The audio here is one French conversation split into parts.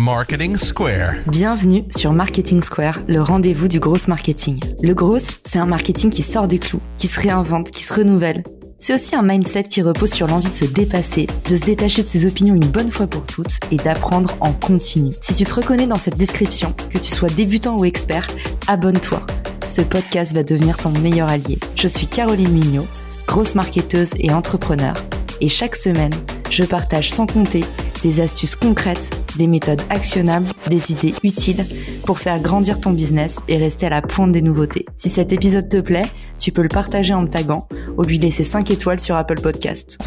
Marketing Square. Bienvenue sur Marketing Square, le rendez-vous du gros marketing. Le gros, c'est un marketing qui sort des clous, qui se réinvente, qui se renouvelle. C'est aussi un mindset qui repose sur l'envie de se dépasser, de se détacher de ses opinions une bonne fois pour toutes et d'apprendre en continu. Si tu te reconnais dans cette description, que tu sois débutant ou expert, abonne-toi. Ce podcast va devenir ton meilleur allié. Je suis Caroline Mignot, grosse marketeuse et entrepreneur. Et chaque semaine, je partage sans compter des astuces concrètes, des méthodes actionnables, des idées utiles pour faire grandir ton business et rester à la pointe des nouveautés. Si cet épisode te plaît, tu peux le partager en me taguant ou lui laisser 5 étoiles sur Apple Podcast.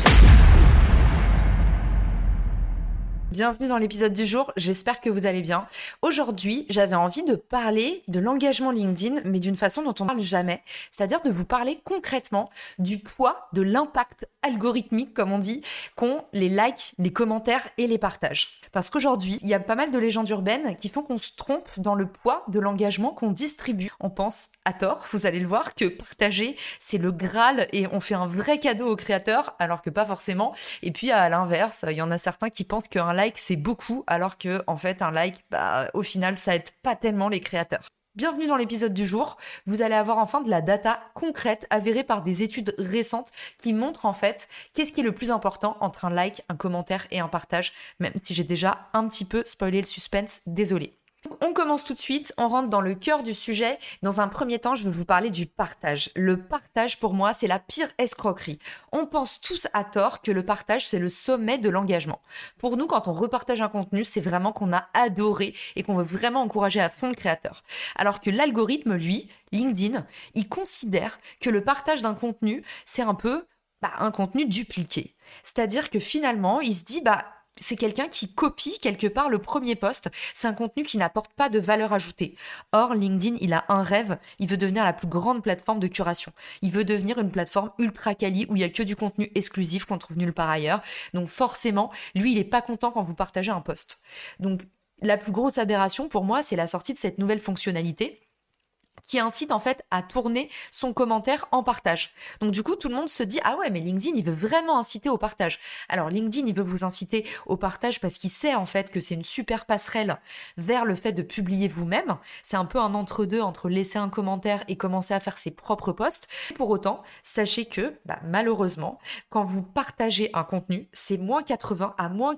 Bienvenue dans l'épisode du jour, j'espère que vous allez bien. Aujourd'hui, j'avais envie de parler de l'engagement LinkedIn, mais d'une façon dont on ne parle jamais, c'est-à-dire de vous parler concrètement du poids, de l'impact algorithmique, comme on dit, qu'ont les likes, les commentaires et les partages. Parce qu'aujourd'hui, il y a pas mal de légendes urbaines qui font qu'on se trompe dans le poids de l'engagement qu'on distribue. On pense, à tort, vous allez le voir, que partager, c'est le Graal et on fait un vrai cadeau aux créateurs, alors que pas forcément. Et puis à l'inverse, il y en a certains qui pensent qu'un like, c'est beaucoup, alors que en fait, un like, au final, ça aide pas tellement les créateurs. Bienvenue dans l'épisode du jour. Vous allez avoir enfin de la data concrète avérée par des études récentes qui montrent en fait qu'est-ce qui est le plus important entre un like, un commentaire et un partage, même si j'ai déjà un petit peu spoilé le suspense, désolé. On commence tout de suite, on rentre dans le cœur du sujet. Dans un premier temps, je vais vous parler du partage. Le partage, pour moi, c'est la pire escroquerie. On pense tous à tort que le partage, c'est le sommet de l'engagement. Pour nous, quand on repartage un contenu, c'est vraiment qu'on a adoré et qu'on veut vraiment encourager à fond le créateur. Alors que l'algorithme, lui, LinkedIn, il considère que le partage d'un contenu, c'est un peu un contenu dupliqué. C'est-à-dire que finalement, il se dit, c'est quelqu'un qui copie quelque part le premier post. C'est un contenu qui n'apporte pas de valeur ajoutée. Or, LinkedIn, il a un rêve. Il veut devenir la plus grande plateforme de curation. Il veut devenir une plateforme ultra quali où il y a que du contenu exclusif qu'on trouve nulle part ailleurs. Donc forcément, lui, il est pas content quand vous partagez un post. Donc, la plus grosse aberration pour moi, c'est la sortie de cette nouvelle fonctionnalité qui incite en fait à tourner son commentaire en partage. Donc du coup, tout le monde se dit « Ah ouais, mais LinkedIn, il veut vraiment inciter au partage. » Alors LinkedIn, il veut vous inciter au partage parce qu'il sait en fait que c'est une super passerelle vers le fait de publier vous-même. C'est un peu un entre-deux entre laisser un commentaire et commencer à faire ses propres posts. Pour autant, sachez que malheureusement, quand vous partagez un contenu, c'est moins 80 à moins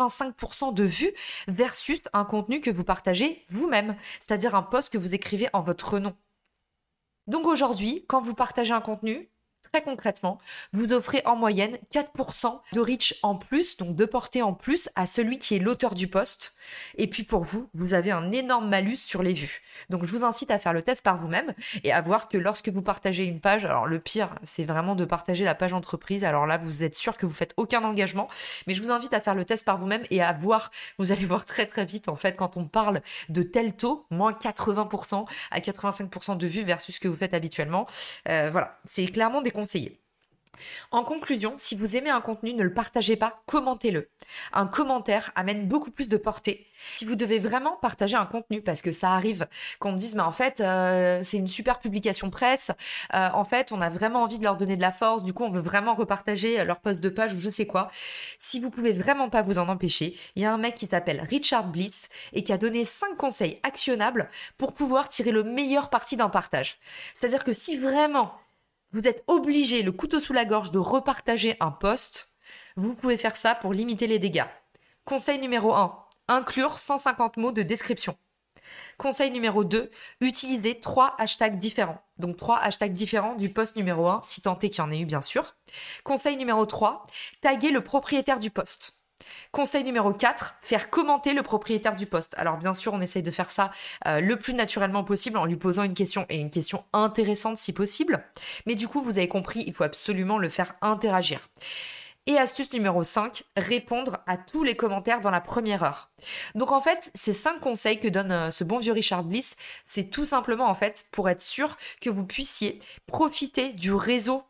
85% de vues versus un contenu que vous partagez vous-même. C'est-à-dire un post que vous écrivez en votre nom. Donc aujourd'hui, quand vous partagez un contenu, très concrètement, vous offrez en moyenne 4% de reach en plus, donc de portée en plus à celui qui est l'auteur du post. Et puis pour vous, vous avez un énorme malus sur les vues. Donc je vous incite à faire le test par vous-même et à voir que lorsque vous partagez une page, alors le pire, c'est vraiment de partager la page entreprise. Alors là, vous êtes sûr que vous faites aucun engagement, mais je vous invite à faire le test par vous-même et à voir, vous allez voir très très vite en fait quand on parle de tel taux, moins 80% à 85% de vues versus ce que vous faites habituellement. Voilà, c'est clairement déconseillé. En conclusion, si vous aimez un contenu, ne le partagez pas, commentez-le. Un commentaire amène beaucoup plus de portée. Si vous devez vraiment partager un contenu, parce que ça arrive qu'on me dise, mais en fait, c'est une super publication presse, en fait, on a vraiment envie de leur donner de la force, du coup, on veut vraiment repartager leur post de page ou je sais quoi. Si vous pouvez vraiment pas vous en empêcher, il y a un mec qui s'appelle Richard Bliss et qui a donné 5 conseils actionnables pour pouvoir tirer le meilleur parti d'un partage. C'est-à-dire que si vraiment vous êtes obligé, le couteau sous la gorge, de repartager un post, vous pouvez faire ça pour limiter les dégâts. Conseil numéro 1, inclure 150 mots de description. Conseil numéro 2, utilisez 3 hashtags différents. Donc 3 hashtags différents du post numéro 1, si tant est qu'il y en ait eu bien sûr. Conseil numéro 3, taguer le propriétaire du post. Conseil numéro 4, faire commenter le propriétaire du post. Alors bien sûr, on essaye de faire ça le plus naturellement possible en lui posant une question et une question intéressante si possible. Mais du coup, vous avez compris, il faut absolument le faire interagir. Et astuce numéro 5, répondre à tous les commentaires dans la première heure. Donc en fait, ces 5 conseils que donne ce bon vieux Richard Bliss, c'est tout simplement en fait pour être sûr que vous puissiez profiter du réseau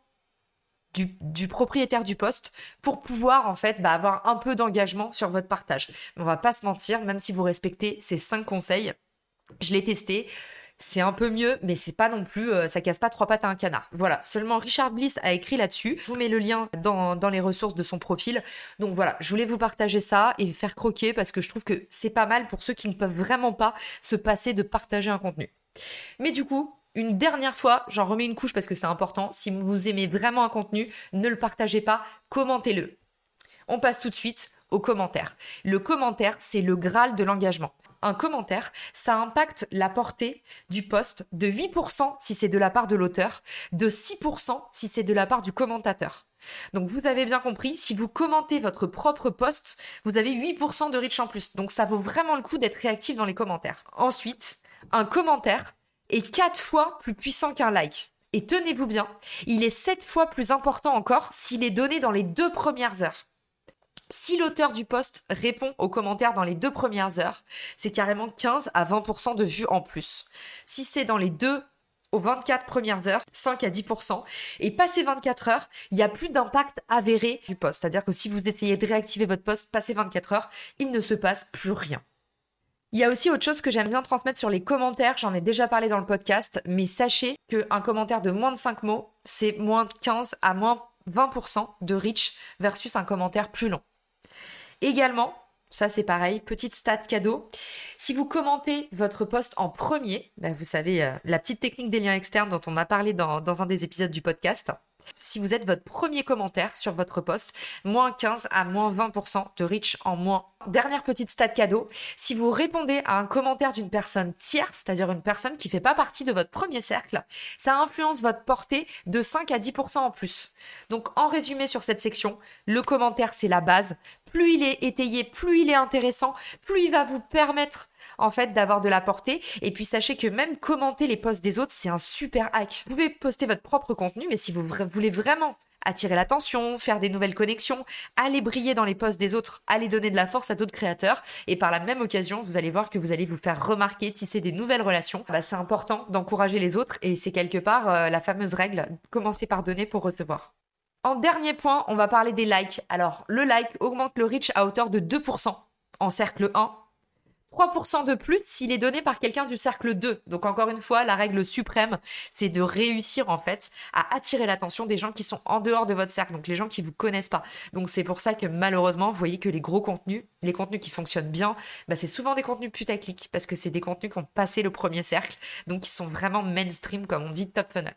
du propriétaire du poste pour pouvoir en fait avoir un peu d'engagement sur votre partage. On va pas se mentir, même si vous respectez ces 5 conseils, je l'ai testé, c'est un peu mieux, mais c'est pas non plus, ça casse pas trois pattes à un canard. Voilà, seulement Richard Bliss a écrit là-dessus. Je vous mets le lien dans les ressources de son profil. Donc voilà, je voulais vous partager ça et faire croquer parce que je trouve que c'est pas mal pour ceux qui ne peuvent vraiment pas se passer de partager un contenu. Mais du coup, une dernière fois, j'en remets une couche parce que c'est important. Si vous aimez vraiment un contenu, ne le partagez pas, commentez-le. On passe tout de suite aux commentaires. Le commentaire, c'est le Graal de l'engagement. Un commentaire, ça impacte la portée du post de 8% si c'est de la part de l'auteur, de 6% si c'est de la part du commentateur. Donc vous avez bien compris, si vous commentez votre propre post, vous avez 8% de reach en plus. Donc ça vaut vraiment le coup d'être réactif dans les commentaires. Ensuite, un commentaire est 4 fois plus puissant qu'un like. Et tenez-vous bien, il est 7 fois plus important encore s'il est donné dans les 2 premières heures. Si l'auteur du post répond aux commentaires dans les 2 premières heures, c'est carrément 15 à 20% de vues en plus. Si c'est dans les 2 aux 24 premières heures, 5 à 10%. Et passé 24 heures, il n'y a plus d'impact avéré du post. C'est-à-dire que si vous essayez de réactiver votre post passé 24 heures, il ne se passe plus rien. Il y a aussi autre chose que j'aime bien transmettre sur les commentaires, j'en ai déjà parlé dans le podcast, mais sachez qu'un commentaire de moins de 5 mots, c'est moins de 15 à moins 20% de reach versus un commentaire plus long. Également, ça c'est pareil, petite stat cadeau, si vous commentez votre post en premier, vous savez, la petite technique des liens externes dont on a parlé dans un des épisodes du podcast, si vous êtes votre premier commentaire sur votre post, moins 15 à moins 20% de reach en moins. Dernière petite stat cadeau, si vous répondez à un commentaire d'une personne tierce, c'est-à-dire une personne qui ne fait pas partie de votre premier cercle, ça influence votre portée de 5 à 10% en plus. Donc en résumé sur cette section, le commentaire c'est la base. Plus il est étayé, plus il est intéressant, plus il va vous permettre en fait d'avoir de la portée. Et puis sachez que même commenter les posts des autres, c'est un super hack. Vous pouvez poster votre propre contenu, mais si vous voulez vraiment attirer l'attention, faire des nouvelles connexions, aller briller dans les posts des autres, aller donner de la force à d'autres créateurs, et par la même occasion, vous allez voir que vous allez vous faire remarquer, tisser des nouvelles relations. C'est important d'encourager les autres et c'est quelque part la fameuse règle, commencer par donner pour recevoir. En dernier point, on va parler des likes. Alors, le like augmente le reach à hauteur de 2% en cercle 1, 3% de plus s'il est donné par quelqu'un du cercle 2. Donc encore une fois, la règle suprême, c'est de réussir en fait à attirer l'attention des gens qui sont en dehors de votre cercle, donc les gens qui vous connaissent pas. Donc c'est pour ça que malheureusement, vous voyez que les gros contenus, les contenus qui fonctionnent bien, c'est souvent des contenus putaclic parce que c'est des contenus qui ont passé le premier cercle, donc qui sont vraiment mainstream comme on dit, top funnel.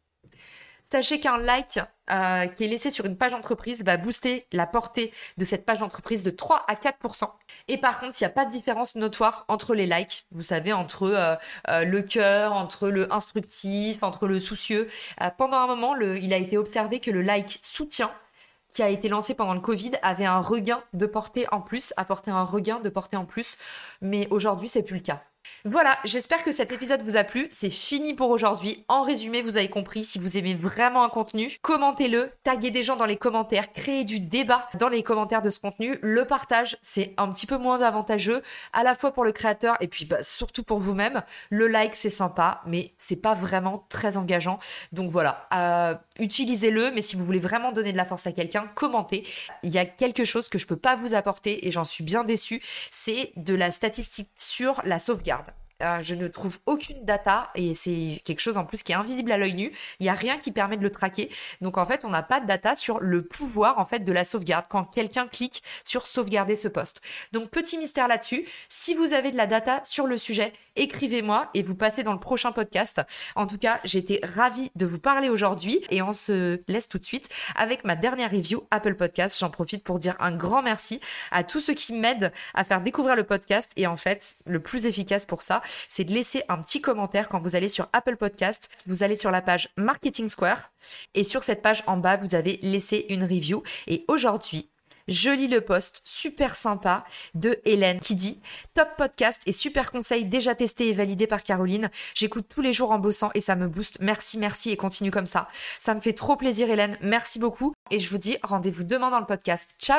Sachez qu'un like qui est laissé sur une page d'entreprise va booster la portée de cette page d'entreprise de 3 à 4%. Et par contre, il n'y a pas de différence notoire entre les likes. Vous savez, entre le cœur, entre le instructif, entre le soucieux. Pendant un moment, il a été observé que le like soutien qui a été lancé pendant le Covid avait un regain de portée en plus, apporté un regain de portée en plus. Mais aujourd'hui, c'est plus le cas. Voilà, j'espère que cet épisode vous a plu, c'est fini pour aujourd'hui. En résumé, vous avez compris, si vous aimez vraiment un contenu, commentez-le, taguez des gens dans les commentaires, créez du débat dans les commentaires de ce contenu. Le partage, c'est un petit peu moins avantageux, à la fois pour le créateur et puis surtout pour vous-même. Le like, c'est sympa, mais c'est pas vraiment très engageant. Donc voilà, utilisez-le, mais si vous voulez vraiment donner de la force à quelqu'un, commentez. Il y a quelque chose que je peux pas vous apporter et j'en suis bien déçue, c'est de la statistique sur la sauvegarde. Je ne trouve aucune data et c'est quelque chose en plus qui est invisible à l'œil nu. Il n'y a rien qui permet de le traquer. Donc en fait, on n'a pas de data sur le pouvoir en fait de la sauvegarde quand quelqu'un clique sur sauvegarder ce post. Donc petit mystère là-dessus. Si vous avez de la data sur le sujet, écrivez-moi et vous passez dans le prochain podcast. En tout cas, j'étais ravie de vous parler aujourd'hui et on se laisse tout de suite avec ma dernière review Apple Podcast. J'en profite pour dire un grand merci à tous ceux qui m'aident à faire découvrir le podcast et en fait, le plus efficace pour ça, c'est de laisser un petit commentaire quand vous allez sur Apple Podcast. Vous allez sur la page Marketing Square et sur cette page en bas, vous avez laissé une review. Et aujourd'hui, je lis le post super sympa de Hélène qui dit « Top podcast et super conseil déjà testé et validé par Caroline. J'écoute tous les jours en bossant et ça me booste. Merci, merci et continue comme ça. Ça me fait trop plaisir Hélène. Merci beaucoup. Et je vous dis rendez-vous demain dans le podcast. Ciao !»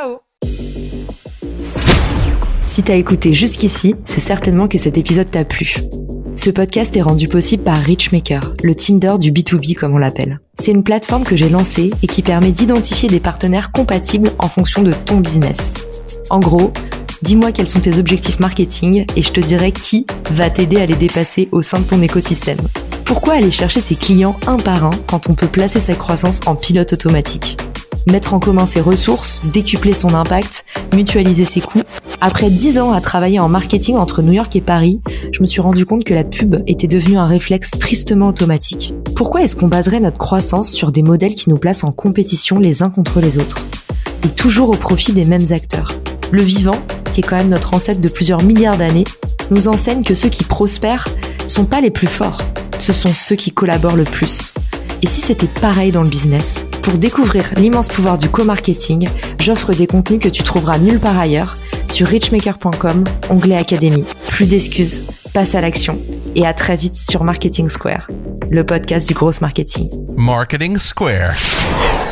Si t'as écouté jusqu'ici, c'est certainement que cet épisode t'a plu. Ce podcast est rendu possible par Richmaker, le Tinder du B2B comme on l'appelle. C'est une plateforme que j'ai lancée et qui permet d'identifier des partenaires compatibles en fonction de ton business. En gros, Dis-moi quels sont tes objectifs marketing et je te dirai qui va t'aider à les dépasser au sein de ton écosystème. Pourquoi aller chercher ses clients un par un quand on peut placer sa croissance en pilote automatique ? Mettre en commun ses ressources, décupler son impact, mutualiser ses coûts. Après 10 ans à travailler en marketing entre New York et Paris, je me suis rendu compte que la pub était devenue un réflexe tristement automatique. Pourquoi est-ce qu'on baserait notre croissance sur des modèles qui nous placent en compétition les uns contre les autres ? Et toujours au profit des mêmes acteurs. Le vivant, qui est quand même notre ancêtre de plusieurs milliards d'années, nous enseigne que ceux qui prospèrent sont pas les plus forts, ce sont ceux qui collaborent le plus. Et si c'était pareil dans le business ? Pour découvrir l'immense pouvoir du co-marketing, j'offre des contenus que tu trouveras nulle part ailleurs sur richmaker.com, onglet Académie. Plus d'excuses, passe à l'action et à très vite sur Marketing Square, le podcast du gros marketing. Marketing Square.